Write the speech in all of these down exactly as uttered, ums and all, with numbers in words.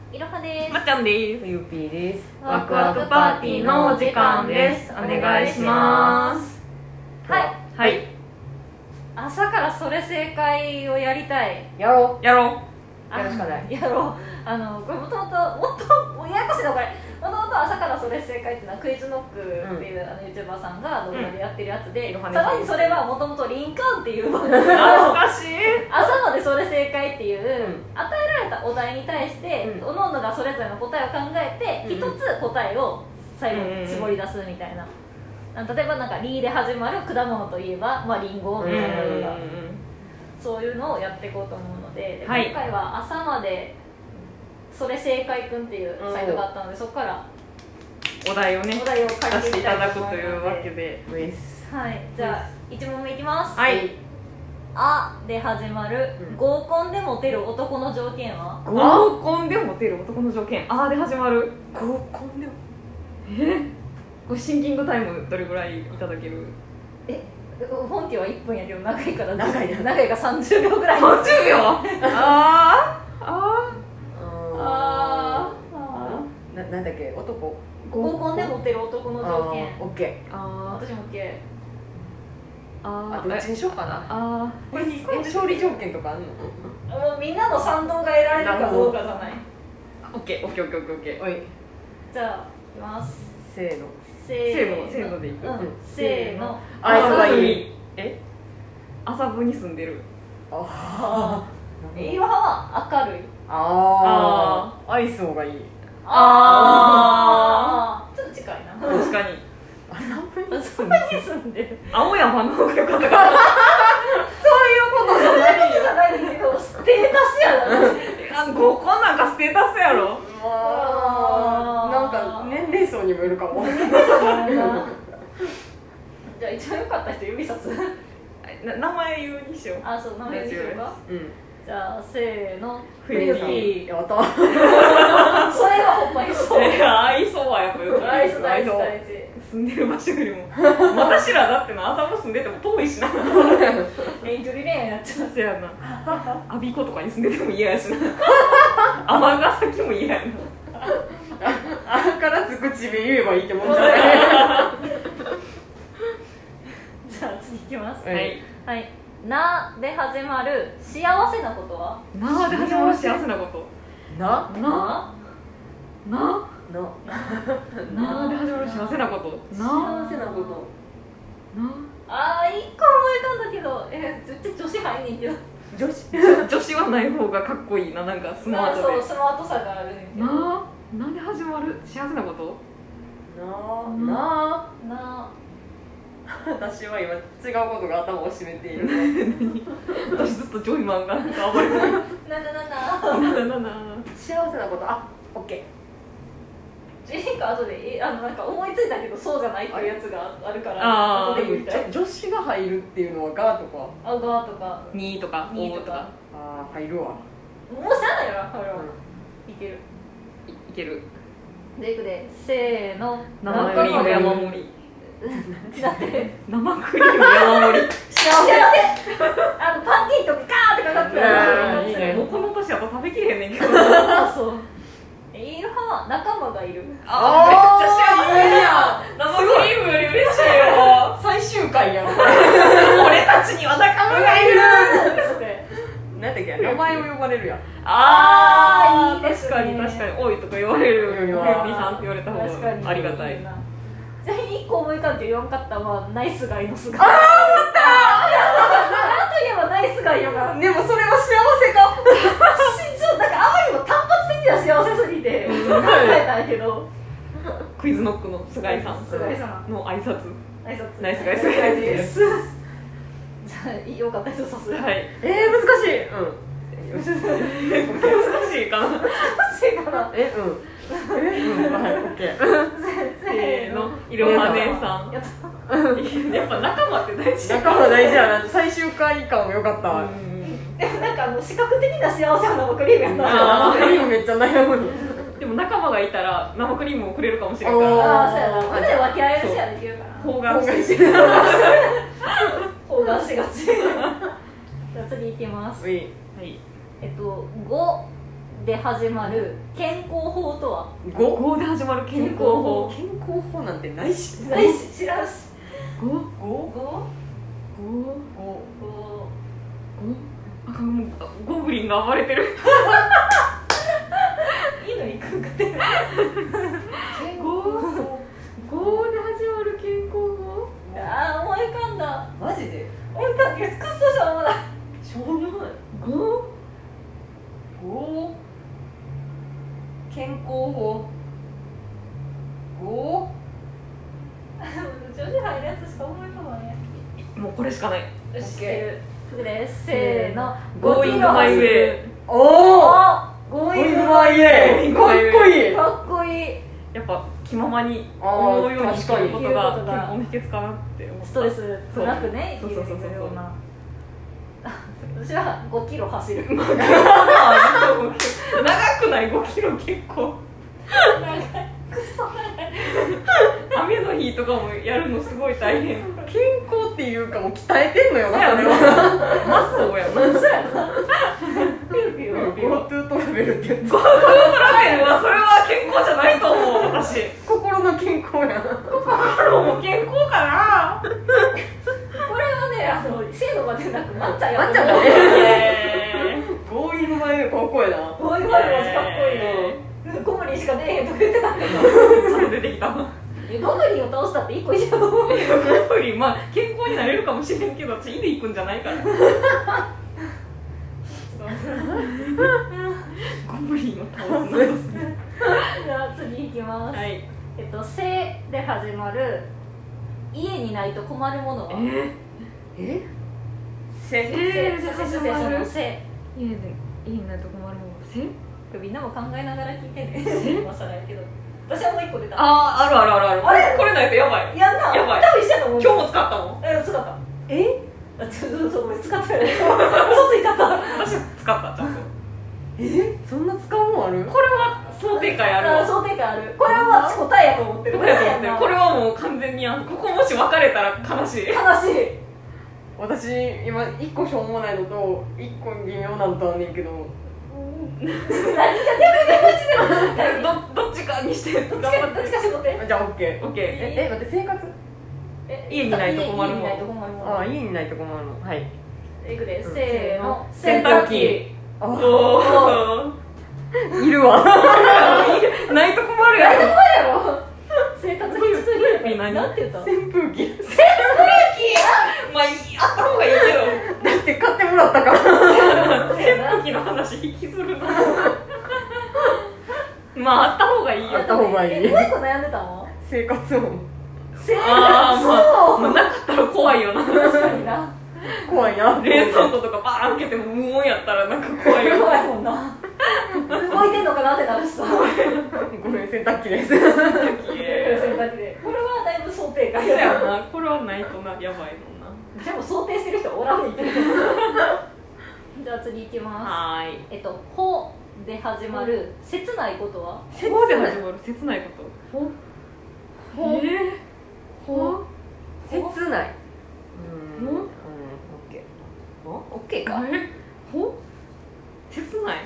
いろはです。 まっちゃんです。 ゆうぴーです。 ワクワクパーティーのお時間です。お願いします。 はいはい。 朝からそれ正解をやりたい。 やろやろう。やるしかない。 やろう。あのこれもともともっともうややこしいなこれ。もともと朝からそれ正解っていうのはクイズノックっていう、うん、あの YouTuber さんが動画でやってるやつで、うん、さらにそれはもともとリンカーンっていう番組を懐かしい。 朝までそれ正解っていう、うん、与えられたお題に対して、うん、各々がそれぞれの答えを考えて一、うん、つ答えを最後に絞り出すみたいな、うん、例えばなんかリーで始まる果物といえば、まあ、リンゴみたいなのが、うん、そういうのをやっていこうと思うの で, で、はい、今回は朝までそれ正解くんっていうサイトがあったので、そこからお題をねお題を書いていただくというわけで、 はい、じゃあいち問目いきます。 はい。 あで始まる合コンでモテる男の条件は？ 合コンでモテる男の条件、あで始まる合コンでもえこれシンキングタイムどれぐらいいただける？ え本気はいっぷんやけど長いから長い長いからさんじゅうびょうぐらい。 さんじゅうびょうあーあーあーな、なんだっけ男合コンでモテる男の条件。 オッケー。 あ私も OK。 あどっちにしようかな。 あこれ勝利条件とかあんの？ もうみんなの賛同が得られるかどうかじゃない。 オッケーオッケーオッケーオッケー。 おいじゃあいきます。 せーのせーのせーのでいく。 うんせーの。 愛想がいい。 え麻布に住んでる。 ああいろはは明るい。 ああ愛想がいい。 ああちょっと近いな。 確かに麻布に住んでる。 青山の方が良かったから。 そういうことじゃないじゃないんだけどステータスやな。 合コンなんかステータスやろ。 あなんか年齢層にもよるかも。 じゃあ一番良かった人指さす。 な名前言うにしよう。 あそう名前にしようか。うんじゃあせーのフリーやったそれはほんまにそう。 いや愛想はやっぱよくない。 愛想大事大事。 住んでる場所よりも私らだっての朝も住んでても遠いしな。 遠距離恋愛になっちゃう。 せやな我孫子とかに住んでても嫌やしな。尼崎も嫌やな。 あからつくちで言えばいいってもんじゃない。 じゃあ次いきます。 はいはいなで始まる幸せなことは？ なで始まる幸せなこと。 なななななで始まる幸せなこと。 幸せなことなあーいっこ思い浮かんだけどえ絶対女子入んねんけど女子女子はない方がかっこいいな。なんかスマートでそうスマートさがあるねんけどななで始まる幸せなことななな私は今違うことが頭を占めている。 私ずっとジョイマンがなんか暴れてる。 なんだなんだななな幸せなことあオッケジェリカ後でえあのなんか思いついたけどそうじゃないっていうやつがあるからあ後で言いたい。 ー女子が入るっていうのはガーとかあガーとかにとかにとかああ入るわ。 もうしゃあないよなこれは、うん、いけるいいける。 でいくでせーの生クリーム山盛り。 だって生クリーム山盛り。 幸せあのパンティーとかガーってかかってる。 いいね。もうこの年だと食べきれへんねんけど。 そうそうイルハは仲間がいる。 あーめっちゃ幸せや。生クリームより嬉しいよ。 最終回やんこれ。 俺たちには仲間がいる。 なんだっけ名前を呼ばれるやん。 あーいいですね。 確かに確かにおいとか言われるよりもうんフェミさんって言われた方がありがたい。 ちなみにいっこ思い浮かんで言わんかったのはナイスガイの姿。 あー待ったなんといえばナイスガイよな。 でもそれは幸せか。 そうなんかあまりにも単発的な幸せすぎて考えたんやけど。 クイズノックの菅井さん菅井さんの挨拶。 挨拶ナイスガイ菅井です。 じゃあよかった人さすが。 はい。 えー難しい。うん難しいかな。 難しいかな。 えうんえうんはいオッケー。 せーのいろは姉さん。 やったやっぱ仲間って大事。 仲間大事やな。最終回感も良かったわ。 でもなんかあの視覚的な幸せは生クリームやな。 あークリームめっちゃ悩むの。 でも仲間がいたら生クリームをくれるかもしれんから。 ああそうやな。これで分け合えるシェアできるから方眼してる。 方眼しがち。じゃあ次いきます。 はい。 えっとごで始まる健康法とは？ ごごで始まる健康法。 健康法なんてないしないし知らんし。 ごごごごごあ、もうゴブリンが暴れてる。 犬行くんかってごごで始まる健康法。 あー思い浮かんだ。 マジで思い浮かんだけどくっそしょうもない。 しょうもないごご健康法ご女子入るやつしか思い浮かばない。 もうこれしかない。 よし、 オッケー服です。せーの、 Going my way。 おおゴインマイエーかっこいいかっこいい。 やっぱ気ままにあー思うようにする確かにことが言うことが健康の秘訣かなって思った。 ストレスなくね、 そうそうそうそうそう生きていけるような。私はごキロ走る。 長くないごキロ結構。 長い。くそ長い。 雨の日とかもやるのすごい大変。 健康っていうかもう鍛えてんのよなそれそうやなはマスオやな。 そうやな。ピューピューピュー。 GoTo トラベルって言ってゴートラベルはそれは健康じゃないと思う私。 心の健康や心も健康かな。 これはね、あの制度までなく抹茶や抹茶だねえゴーインマイエーかっこいいなおい、マジかっこいいの。ゴブリンしか出えへんとか言ってたんだけど。 ー、ちゃんと出てきた。ゴゴブリンを倒したって一個一緒だと思う。 ブリン、まあ健康になれるかもしれんけど、私犬行くんじゃないから。ゴブリンを倒すな。 じゃあ次行きます。 はい。 えっと、せで始まる家にないと困るものは？ ええせせで始まるせ。 家で家にないと困るもの。せ？ みんなも考えながら聞いてね。今更やけど。私はもう一個出た。 あー、あるあるあるある。 あれこれないとやばい。 やんな。 やばい多分一緒やと思う。 今日も使ったもん。 え、使った。え？あ、ちょっと、ちょっと、ごめん使ったよ。嘘ついちゃった。 私使ったちゃんと。 えそんな使うもんあるこれは想定外あるわ。 想定外ある。これは私答えやと思ってる。 これはもう完全にあのここもし分かれたら悲しい。 悲しい。 私今いっこしょうもないのといっこ微妙なのとあんねんけど何が逆にどどっちかにして頑どっちか張って。 どっちか絞って。 じゃあ OK オッケー。 ええ待って生活え家にないと困るもん家にないと困るもん。 あ家にないと困るのはいいくです。せーの。 洗濯機。 あおー。 いるわないと困るやろ。 何でもやろ。生活必需品何なんて言った？ 扇風機まあいいあった方がいいけだって買ってもらったからど扇風機の話引きずるな。まああった方がいいよ。 あった方がいいえ、もう一個悩んでたの？ 生活音生活あー、まあ、 音。 まあなかったら怖いよな。 確かにな。 怖いな冷蔵庫とかバーン開けても無音やったらなんか怖いよ。 怖いもんな。動いてんのかなってなるしさ。 ごめん洗濯機です洗濯機で。これはだいぶ想定外そうややな。 な、これはないとな、やばいもんな。 でも想定してる人おらんねんけど。じゃあ次行きます。 はーい。 えっと、ほで始まる切ないことは？ ほで始まる切ないこと。 ほほえー、 ほ切ないうんほうんオッケーおオッケーかえほ切ない。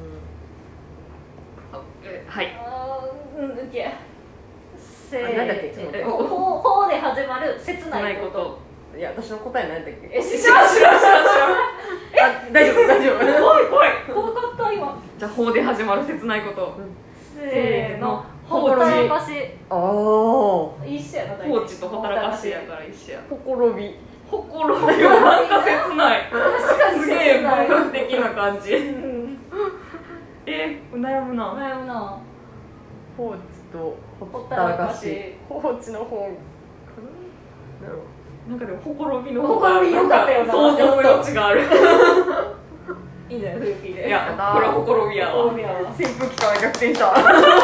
あえはい。 あー、うん、いけ。せあなんだっけちょっと待ってえほほで始まる切切なないいこと。 こと。 いや私の答え何やったっけえ、知らん知らん知らん知らん。 あ大丈夫大丈夫怖い怖い。 怖かった今。 じゃあほで始まる切ないこと。 せーの。 放ほった置らかし。 ああ一緒やな。 放置とほったらかしやから一緒や。 ほころびほころびはなんか切ない。 確かにすげえ切ない。 文学的な感じ。 うん。 え悩むな。 悩むな。 放置とほったらかし放置の方かななるなんかでもほころびのほころびよかったよな想像の余地がある。 いいんじゃないフルピーで。 いやこれはほころびやわ。 ほころびやわ。 扇風機から逆転したこ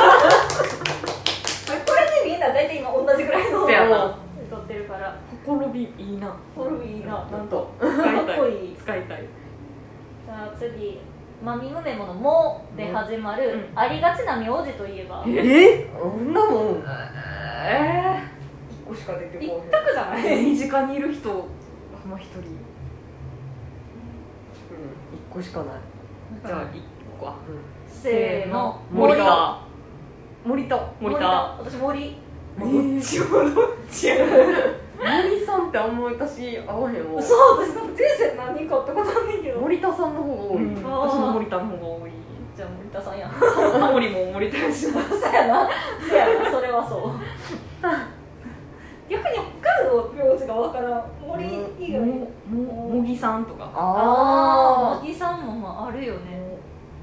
れでみんな大体今同じぐらいのせやな。 撮ってるから。 ほころびいいな。 ほころびいいな。なんと。 使いかたいっこいい。 使いたい。 じゃあ次。まみむめものもで始まる、 うんありがちな名字といえばえこんなもんえ一個しか出て一こ択じゃなー、 い？ 身近にいる人まあ一人。 うん一個しかないじゃあ一個は。 せせーの森田森田森田私森えーどっちもどっちや森さんってあんま私合わへんわ。 そう私なんか人生何人かってことなんだけど森田さんの方が多い、 うん私も森田の方が多いじゃあ森田さんやタモリも森田やしなそうやなそうやなそれはそう逆に北海道の名字がわからん森以外もも茂木さんとかあああ茂木さんもまああるよね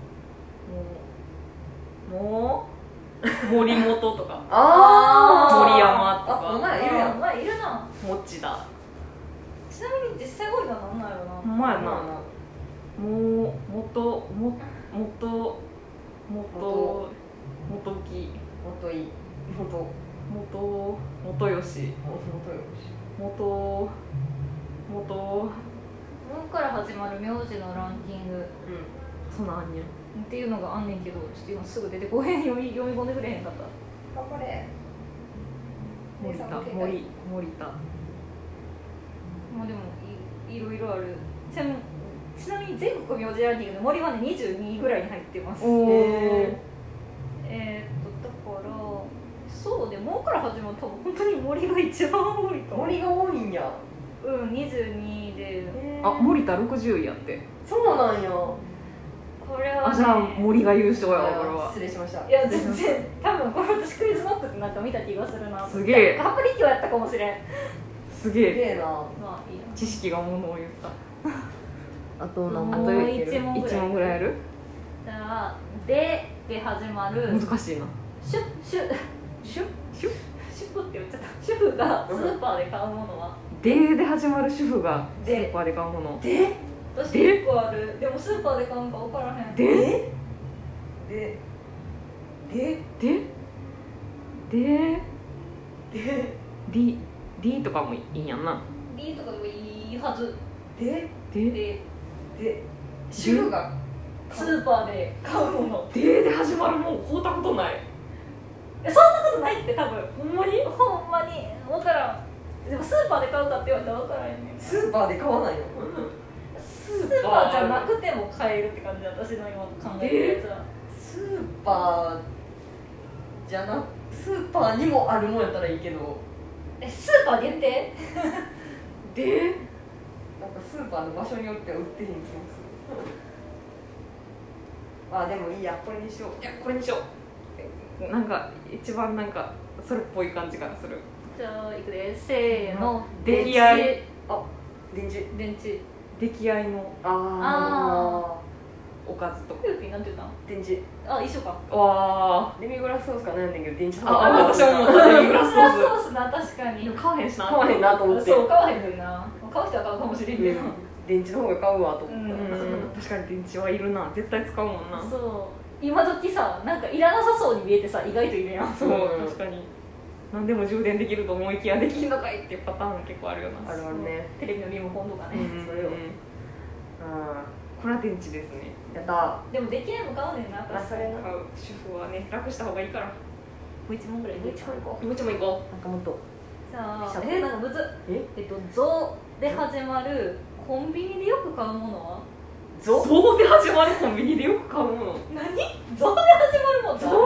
もうもう森本とかああ森山とかあお前いるやん。 まあいるなもちだちなみに実際多いのは何なんやろなほんまやなもうもとももともともときもといもともともとよしもとよし。 もともともんから始まる名字のランキングうそんなんあんねんっていうのがあんねんけどちょっと今すぐ出てこへん読み読み込んでくれへんかったん。頑張れ。 森田森森田まあでもいいろいろあるちなみにちなみに全国名字ランキングの森はねにじゅうにいぐらいに入ってますおーえーえーっとだからそうでもんから始まる多分本当に森が一番多いかも森が多いんや。 うんにじゅうにであ森田ろくじゅういやってそうなんや。 これは、ね、 あじゃあ森が優勝やわこれは失礼しました。 いや全然多分これ私クイズノックってなんか見た気がするなすげえカプリキュアやったかもしれんすげえすげえな。 まあいいや知識がものを言ったあと何もうあと一問ぐらい一問ぐらいやるじゃあ「で」で始まる難しいなシュシュシュシュシュプって言っちゃった主婦がスーパーで買うものはでで始まる主婦がスーパーで買うもので私結構あるでもスーパーで買うんか分からへんでででででで D D とかもいいんやんな D とかでもいいはずでででで主婦がスーパーで買うものでで始まるもん買うたことないえそんなことないって多分ほんまにほんまに分からんでもスーパーで買うかって言われたら分からへんねんスーパーで買わないの。 スーパーじゃなくても買えるって感じ私の今考えてるやつはスーパーじゃなスーパーにもあるもんやったらいいけど、 えスーパー限定でなんかスーパーの場所によっては売ってへん気がする。まあでもいいや、これにしよう。 いやこれにしようなんか一番なんかそれっぽい感じがするじゃあいくでせーの出来合いあ、電池。 電池出来合いのあおかずとかクーピーなんて言ったんー電池。 あ一緒かわデミグラスソースか悩んでんけど電池ああ私も思ったデミグラスソースソースな確かにでも買わへんしな買わへんなと思って。 そう買わへんのにな買う人は買うかもしれんけど、 うん電池の方が買うわと思った。 うんうん確かに電池はいるな絶対使うもんなそう今時さなんかいらなさそうに見えてさ意外といるやんそううん確かに何でも充電できると思いきやできんのかいっていうパターン結構あるよなあるあるね。 テレビのリモコンとかね、 うんそれをうんあこれは電池ですねーやったでもできないも買うねんなあ私それな。 買う主婦はね楽した方がいいからもう一問ぐらいもう一問行こもう一問いこう。なんかもっと。 じゃあシャツえー、なんかむずっええっと「ぞ」で始まるコンビニでよく買うものはうそうで始まるコンビニでよく買うもの何ゾウで始まるもんってある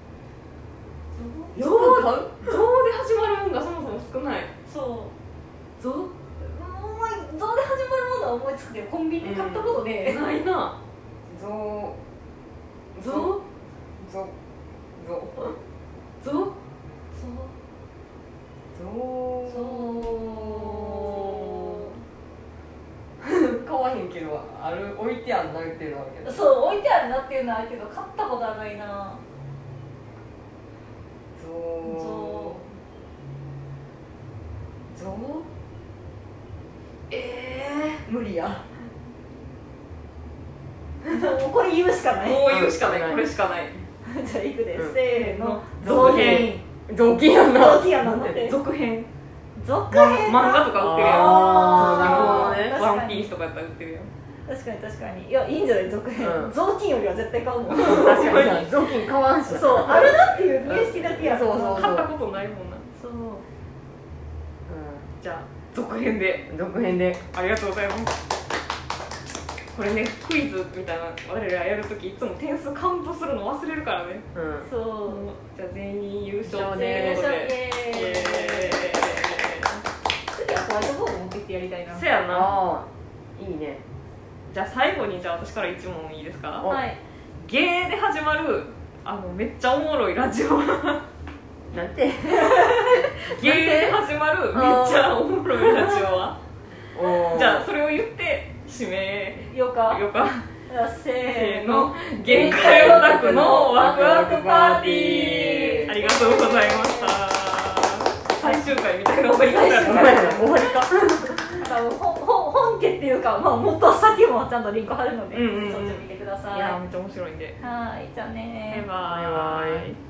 よく買う？ ゾウで始まるもんがそもそも少ないそうゾウお前ゾウで始まるものは思いつくけどコンビニで買ったことね、 ないなゾウゾウゾウゾウゾウそうゾそうウ買わへんけどある置いてあんなっていうのはあるけどそう置いてあるなっていうのはあるけど買ったことはないなゾゾウゾウえ無理やウもうこれ言うしかないもう言うしかないこれしかないじゃあいくで、 うんせーの続編雑巾やんな雑巾やななんて続編続ま編漫画とか売ってるやんあーなるほどね確かにワンピースとかやったら売ってるやん確かに確かにいやいいんじゃない続編、 うん雑巾よりは絶対買うもん確かにさ雑巾買わんしなそうあれだっていう認識だけやそうそう買ったことないもんなそうじゃあ続編でうん続編でありがとうございますこれねクイズみたいな我らやるときいつも点数カウントするの忘れるからね。 うんそうじゃあ全員優勝そうってねいうことで、 イエーイイエーイ次はホワイトボード持ってきてやりたいな。 せやな。 ああいいね。 じゃあ最後にじゃあ私から一問いいですか。 はいゲーで始まるあのめっちゃおもろいラジオなんてゲーで始まるめっちゃおもろいラジオはおーじゃあそれを言って指名よかよかせせーーのの限界オタクのワクワクパーティー。ありがとうございました。最終回みたいな終わり方やったお前ら終わりかなんか本本本家っていうか、まあ、もっと先もちゃんとリンク貼るので、 うんうんうんそっち見てください。 いやめっちゃ面白いんで。 はいじゃあねーバイバイ。 バイバイ